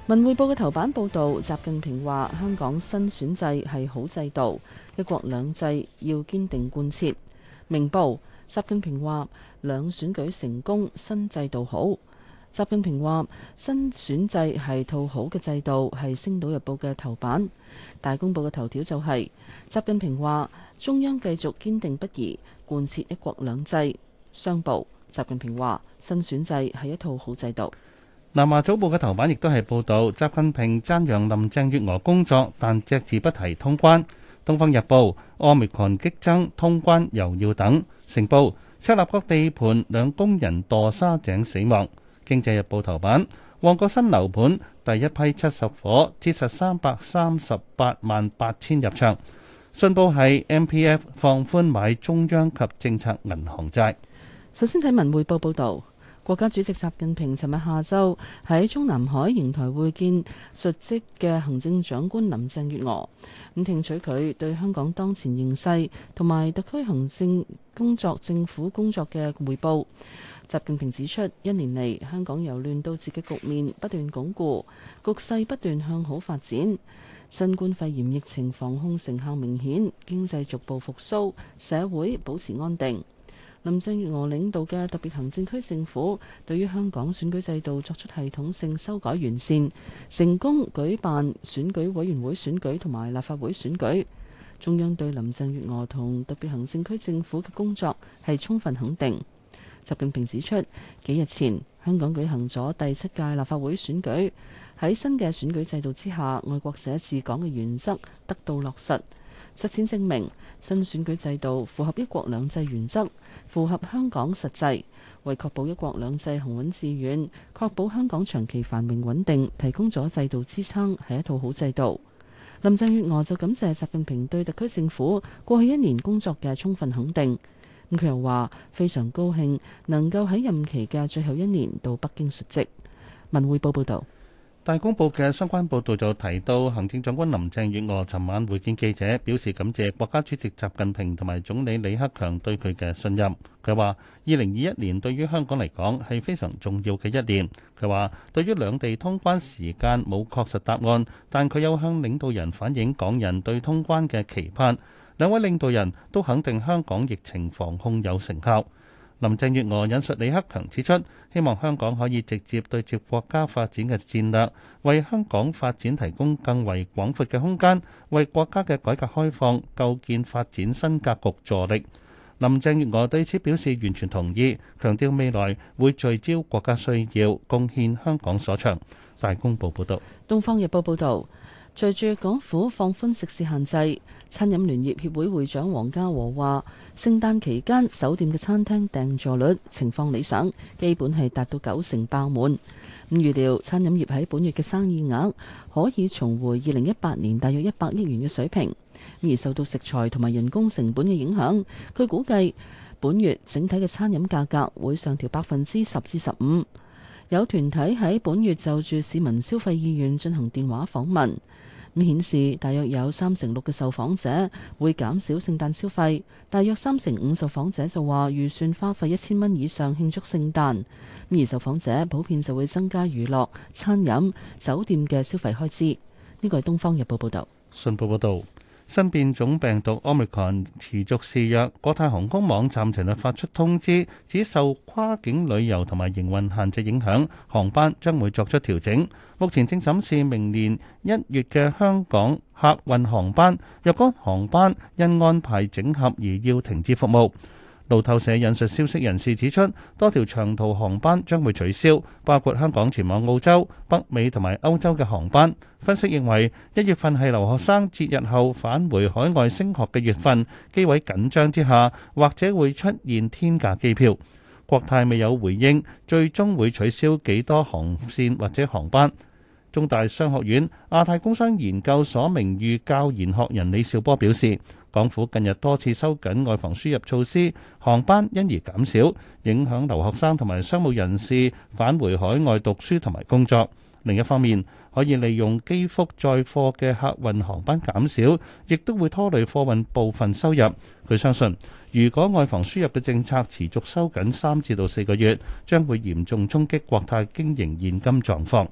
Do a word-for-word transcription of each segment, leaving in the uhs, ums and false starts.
文匯報嘅頭版報導，習近平話香港新選制係好制度，一國兩制要堅定貫徹。明報，習近平話兩選舉成功，新制度好。習近平話新選制係套好嘅制度，係《星島日報》嘅頭版。大公報嘅頭條就係、是、習近平話中央繼續堅定不移貫徹一國兩制。商報，習近平話新選制係一套好制度。 南華早報嘅頭版亦都係報導習近平讚揚林鄭月娥工作，但隻字不提通關。東方日報，Omicron激增，通關又要等。成報，赤鱲角地盤兩工人墮沙井死亡。經濟日報頭版，旺角新樓盤第一批七十伙，折實三百三十八萬八千入場。信報係 M P F 放寬買中央及政策銀行債。 首先睇文匯報報導。國家主席習近平尋日下晝喺中南海瀛台會見述職嘅行政長官林鄭月娥，咁聽取佢對香港當前形勢同埋特區行政工作、政府工作嘅彙報。習近平指出，一年嚟香港由亂到治嘅局面不斷鞏固，局勢不斷向好發展。新冠肺炎疫情防控成效明顯，經濟逐步復甦，社會保持安定。林鄭月娥領導嘅特別行政區政府對於香港選舉制度作出系統性修改完善，成功舉辦選舉委員會選舉同埋立法會選舉。中央對林鄭月娥同特別行政區政府嘅工作係充分肯定。習近平指出，幾日前香港舉行咗第七屆立法會選舉，喺新嘅選舉制度之下，愛國者治港嘅原則得到落實。實踐證明，新選舉制度符合一國兩制原則，符合香港實際，為確保一國兩制行穩致遠，確保香港長期繁榮穩定，提供咗制度支撐，係一套好制度。林鄭月娥就感謝習近平對特區政府過去一年工作嘅充分肯定。咁佢又話非常高興能夠喺任期嘅最後一年到北京述職。文匯報報導。 大公報嘅相關報導就提到，行政長官林鄭月娥尋晚會見記者，表示感謝國家主席習近平同埋總理李克強對佢嘅信任。佢話：二零二一年對於香港嚟講係非常重要嘅一年。佢話對於兩地通關時間冇確實答案，但佢有向領導人反映港人對通關嘅期盼。兩位領導人都肯定香港疫情防控有成效。林鄭月娥引述李克強指出，希望香港可以直接對接國家發展嘅戰略，為香港發展提供更為廣闊嘅空間，為國家嘅改革開放構建發展新格局助力。林鄭月娥對此表示完全同意，強調未來會聚焦國家需要，貢獻香港所長。大公報報道。 東方日報報導。隨住港府放寬食肆限制，餐飲聯業協會會長黃家和話，聖誕期間酒店嘅餐廳訂座率情況理想，基本係達到九成爆滿。咁預料餐飲業喺本月嘅生意額可以重回二零一八年大約一百億元嘅水平。而受到食材同埋人工成本嘅影響，佢估計本月整體嘅餐飲價格會上調百分之十至十五。有團體喺本月就住市民消費意願進行電話訪問。咁顯示，大約有三成六嘅受訪者會減少聖誕消費，大約三成五受訪者就話預算花費一千蚊以上慶祝聖誕。而受訪者普遍就會增加娛樂、餐飲、酒店嘅消費開支。呢個係《東方日報》報導。 信報報導。新變種病毒 Omicron 持續肆虐，國泰航空網站尋日發出通知，只受跨境旅遊同埋營運限制影響，航班將會作出調整。目前正審視明年一月嘅香港客運航班，若干航班因安排整合而要停止服務。路透社引述消息人士指出，多條長途航班將會取消，包括香港前往澳洲、北美同埋歐洲嘅航班。分析認為，一月份係留學生節日後返回海外升學嘅月份，機位緊張之下，或者會出現天價機票。國泰未有回應，最終會取消幾多航線或者航班。中大商學院亞太工商研究所名譽教研學人李兆波表示，港府近日多次收緊外防輸入措施，航班因而減少，影響留學生同埋商務人士返回海外讀書同埋工作。另一方面，可以利用機腹載貨嘅客運航班減少，亦都會拖累貨運部分收入。佢相信，如果外防輸入嘅政策持續收緊三至到四個月，將會嚴重衝擊國泰經營現金狀況。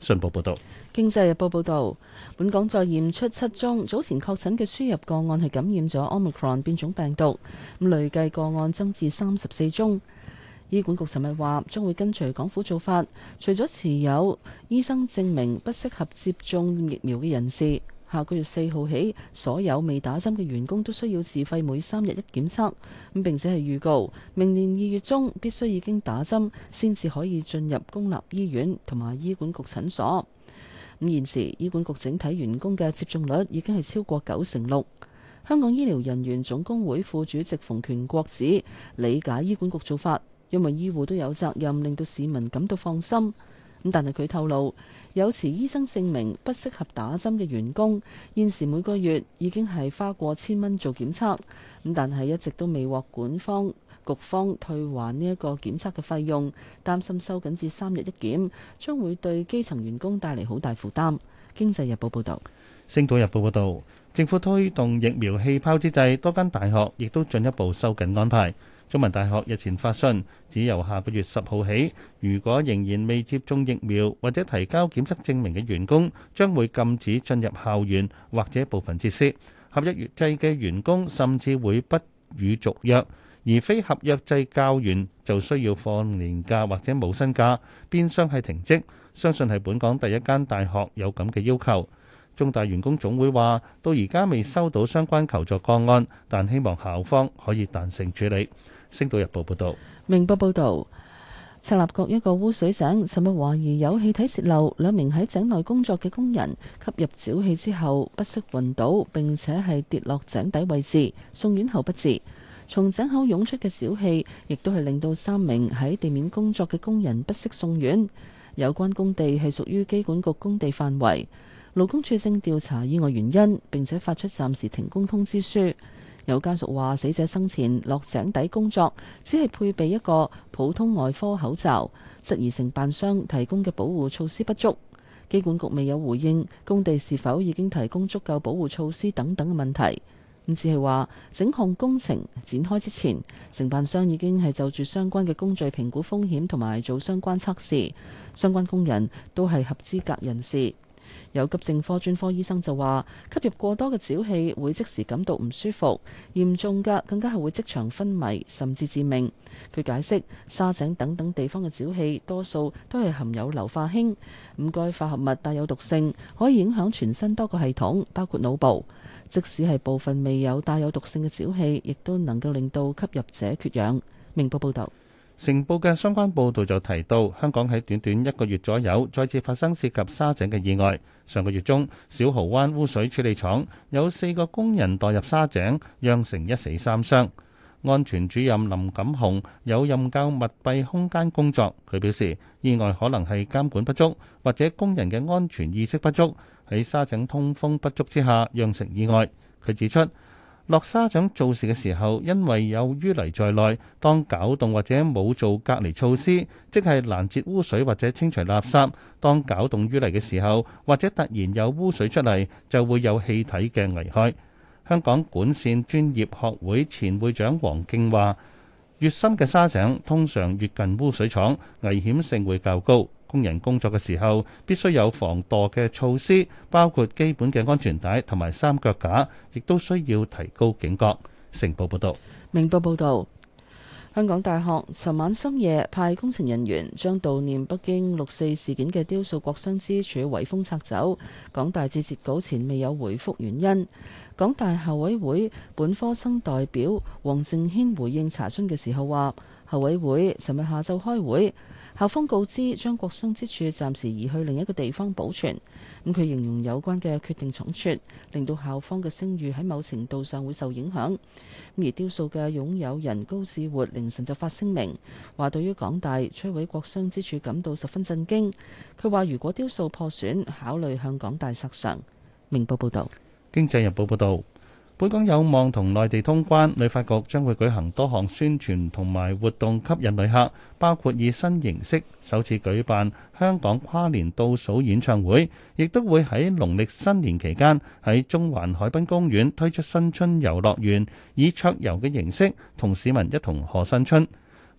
信報報導。 經濟日報報導，本港再驗出七宗早前確診嘅輸入個案係感染咗 Omicron 變種病毒，咁累計個案增至三十四宗。醫管局尋日話將會跟隨港府做法，除咗持有醫生證明不適合接種疫苗嘅人士，下個月四號起，所有未打針嘅員工都需要自費每三日一檢測。咁並且係預告明年二月中必須已經打針先至可以進入公立醫院同埋醫管局診所。咁現時醫管局整體員工嘅接種率已經係超過九成六。香港醫療人員總工會副主席馮權國指理解醫管局做法，因為醫護都有責任令到市民感到放心。咁但係佢透露，有持醫生證明不適合打針嘅員工，現時每個月已經係花過千蚊做檢測，咁但係一直都未獲管方局方退還呢一個檢測嘅費用，擔心收緊至三日一檢，將會對基層員工帶嚟好大負擔。經濟日報報導。 星島日報報導，政府推動疫苗氣泡之際，多間大學亦都進一步收緊安排。中文大學日前發信，指由下個月十號起，如果仍然未接種疫苗或者提交檢測證明嘅員工，將會禁止進入校園或者部分設施。合約制嘅員工甚至會不予續約。而非合約制教員就需要放年假或者冇薪假，變相係停職。相信係本港第一間大學有咁嘅要求。中大員工總會話，到而家未收到相關求助個案，但希望校方可以彈性處理。星島日報報道。 明報報導，赤鱲角一個污水井尋日懷疑有氣體泄漏，兩名喺井內工作嘅工人吸入沼氣之後不適暈倒，並且係跌落井底位置，送院後不治。從井口湧出嘅沼氣，亦都係令到三名喺地面工作嘅工人不適送院。有關工地係屬於機管局工地範圍，勞工處正調查意外原因，並且發出暫時停工通知書。有家屬話，死者生前落井底工作，只係配備一個普通外科口罩，質疑承辦商提供嘅保護措施不足。機管局未有回應工地是否已經提供足夠保護措施等等嘅問題。咁只係話，整項工程展開之前，承辦商已經係就住相關嘅工序評估風險同埋做相關測試，相關工人都係合資格人士。有急症科專科醫生就話，吸入過多嘅沼氣會即時感到唔舒服，嚴重嘅更加係會即場昏迷甚至致命。佢解釋，沙井等等地方嘅沼氣多數都係含有硫化氫，咁該化合物帶有毒性，可以影響全身多個系統，包括腦部。即使係部分未有帶有毒性嘅沼氣，亦都能夠令到吸入者缺氧。明報報導。 成報嘅相關報導就提到，香港喺短短一個月左右再次發生涉及沙井嘅意外。上個月中，小蠔灣污水處理廠有四個工人墮入沙井，釀成一死三傷。安全主任林錦雄有任較密閉空間工作，佢表示意外可能係監管不足，或者工人嘅安全意識不足，喺沙井通風不足之下釀成意外。佢指出，落沙井做事嘅時候，因為有淤泥在內，當攪動或者冇做隔離措施，即係攔截污水或者清除垃圾。當攪動淤泥嘅時候，或者突然有污水出嚟，就會有氣體嘅危害。香港管線專業學會前會長黃敬話，越深嘅沙井通常越近污水廠，危險性會較高。工人工作嘅時候必須有防墮嘅措施，包括基本嘅安全帶同埋三腳架，亦都需要提高警覺。成報報道。 明報報道，香港大學尋晚深夜派工程人員將悼念北京六四事件嘅雕塑國殤之柱圍封拆走。港大至截稿前未有回覆原因。港大校委會本科生代表黃正軒回應查詢嘅時候話，校委會尋日下晝開會，校方告知將國殤之柱暫時移去另一個地方保存。咁佢形容有關嘅決定倉促，令到校方嘅聲譽喺某程度上會受影響。而雕塑嘅擁有人高志活凌晨就發聲明，話對於港大摧毀國殤之柱感到十分震驚。佢話如果雕塑破損，考慮向港大索償。明報報道。 經濟日報報導，本港有望同內地通關，旅發局將會舉行多項宣傳同埋活動吸引旅客，包括以新形式首次舉辦香港跨年倒數演唱會，亦都會喺農曆新年期間喺中環海濱公園推出新春遊樂園，以桌遊嘅形式同市民一同賀新春。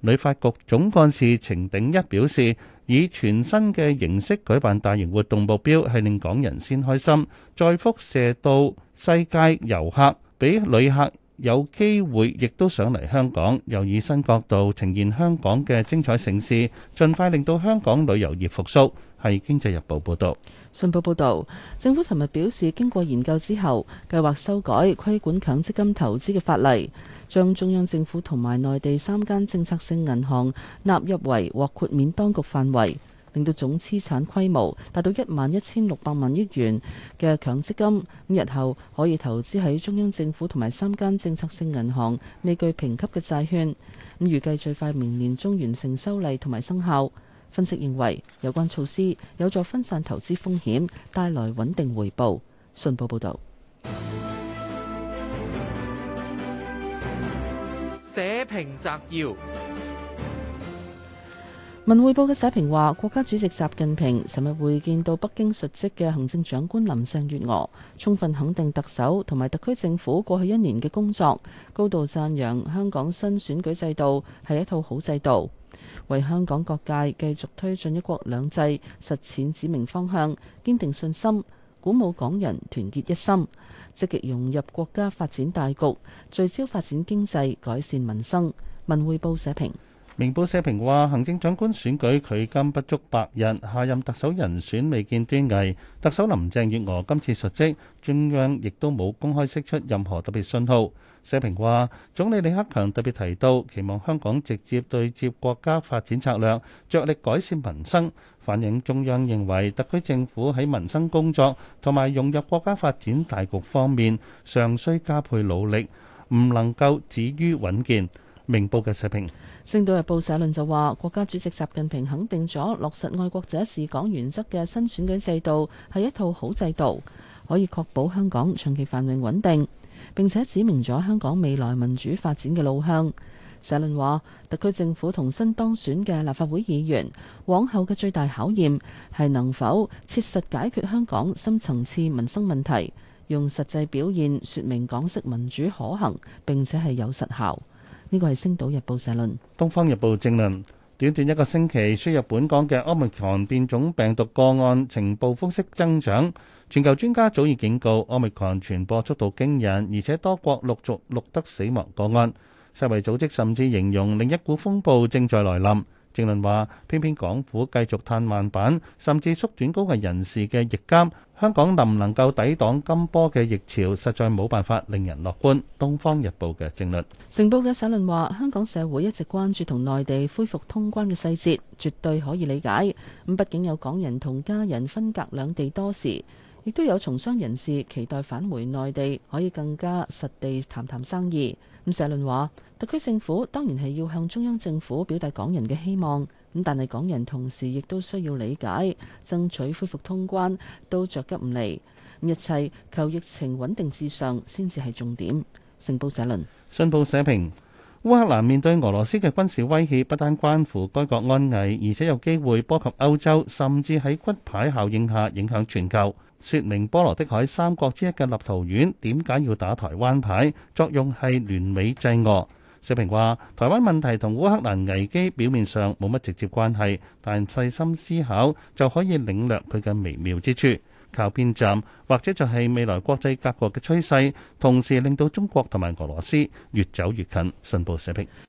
旅發局總幹事程鼎一表示，以全新嘅形式舉辦大型活動，目標係令港人先開心，再輻射到世界遊客，俾旅客有機會亦都想嚟香港，又以新角度呈現香港嘅精彩盛事，盡快令到香港旅遊業復甦。係《經濟日報》報導。 信報報導，政府尋日表示，經過研究之後，計劃修改規管強積金投資嘅法例，將中央政府同埋內地三間政策性銀行納入為獲豁免當局範圍，令到總資產規模達到一萬一千六百萬億元嘅強積金，咁日後可以投資喺中央政府同埋三間政策性銀行未具評級嘅債券。咁預計最快明年中完成修例同埋生效。分析認為，有關措施有助分散投資風險，帶來穩定回報。信報報導。 社評摘要。 文匯報嘅社評話，國家主席習近平尋日會見到北京述職嘅行政長官林鄭月娥，充分肯定特首同埋特區政府過去一年嘅工作，高度讚揚香港新選舉制度係一套好制度，為香港各界繼續推進一國兩制實踐指明方向，堅定信心，鼓舞港人團結一心，積極融入國家發展大局，聚焦發展經濟，改善民生。文匯報社評。 明報社評話，行政長官選舉距今不足百日，下任特首人選未見端倪。特首林鄭月娥今次述職，中央亦都冇公開釋出任何特別信號。社評話，總理李克強特別提到，期望香港直接對接國家發展策略，着力改善民生，反映中央認為特區政府喺民生工作同埋融入國家發展大局方面，尚需加倍努力，唔能夠止於穩健。明報嘅社評。 星島日報社論就話，國家主席習近平肯定咗落實愛國者治港原則嘅新選舉制度係一套好制度，可以確保香港長期繁榮穩定，並且指明咗香港未來民主發展嘅路向。社論話，特區政府同新當選嘅立法會議員往後嘅最大考驗係能否切實解決香港深層次民生問題，用實際表現説明港式民主可行並且係有實效。呢個係《星島日報》社論。《 東方日報》正論：短短一個星期，輸入本港嘅 Omicron 變種病毒個案呈暴風式增長。全球專家早已警告 Omicron 傳播速度驚人，而且多國陸續錄得死亡個案。世衛組織甚至形容另一股風暴正在來臨。正論話，偏偏港府繼續嘆慢板，甚至縮短高危人士嘅疫監，香港能唔能夠抵擋今波嘅疫潮，實在冇辦法令人樂觀。《東方日報》嘅正論。 成報嘅社論話，香港社會一直關注同內地恢復通關嘅細節，絕對可以理解。咁畢竟有港人同家人分隔兩地多時，亦都有從商人士期待返回內地可以更加實地談談生意。咁社論話，特區政府當然係要向中央政府表達港人嘅希望，咁但係港人同時亦都需要理解，爭取恢復通關都着急唔嚟，咁一切求疫情穩定至上先至係重點。成報社論。 信報社評。烏克蘭面對俄羅斯嘅軍事威脅，不單關乎該國安危，而且有機會波及歐洲，甚至喺骨牌效應下影響全球。說明波羅的海三國之一嘅立陶宛點解要打台灣牌，作用係聯美制俄。社評話，台灣問題同烏克蘭危機表面上冇乜直接關係，但細心思考就可以領略佢嘅微妙之處。靠邊站，或者就係未來國際格局嘅趨勢，同時令到中國同埋俄羅斯越走越近。信報社評。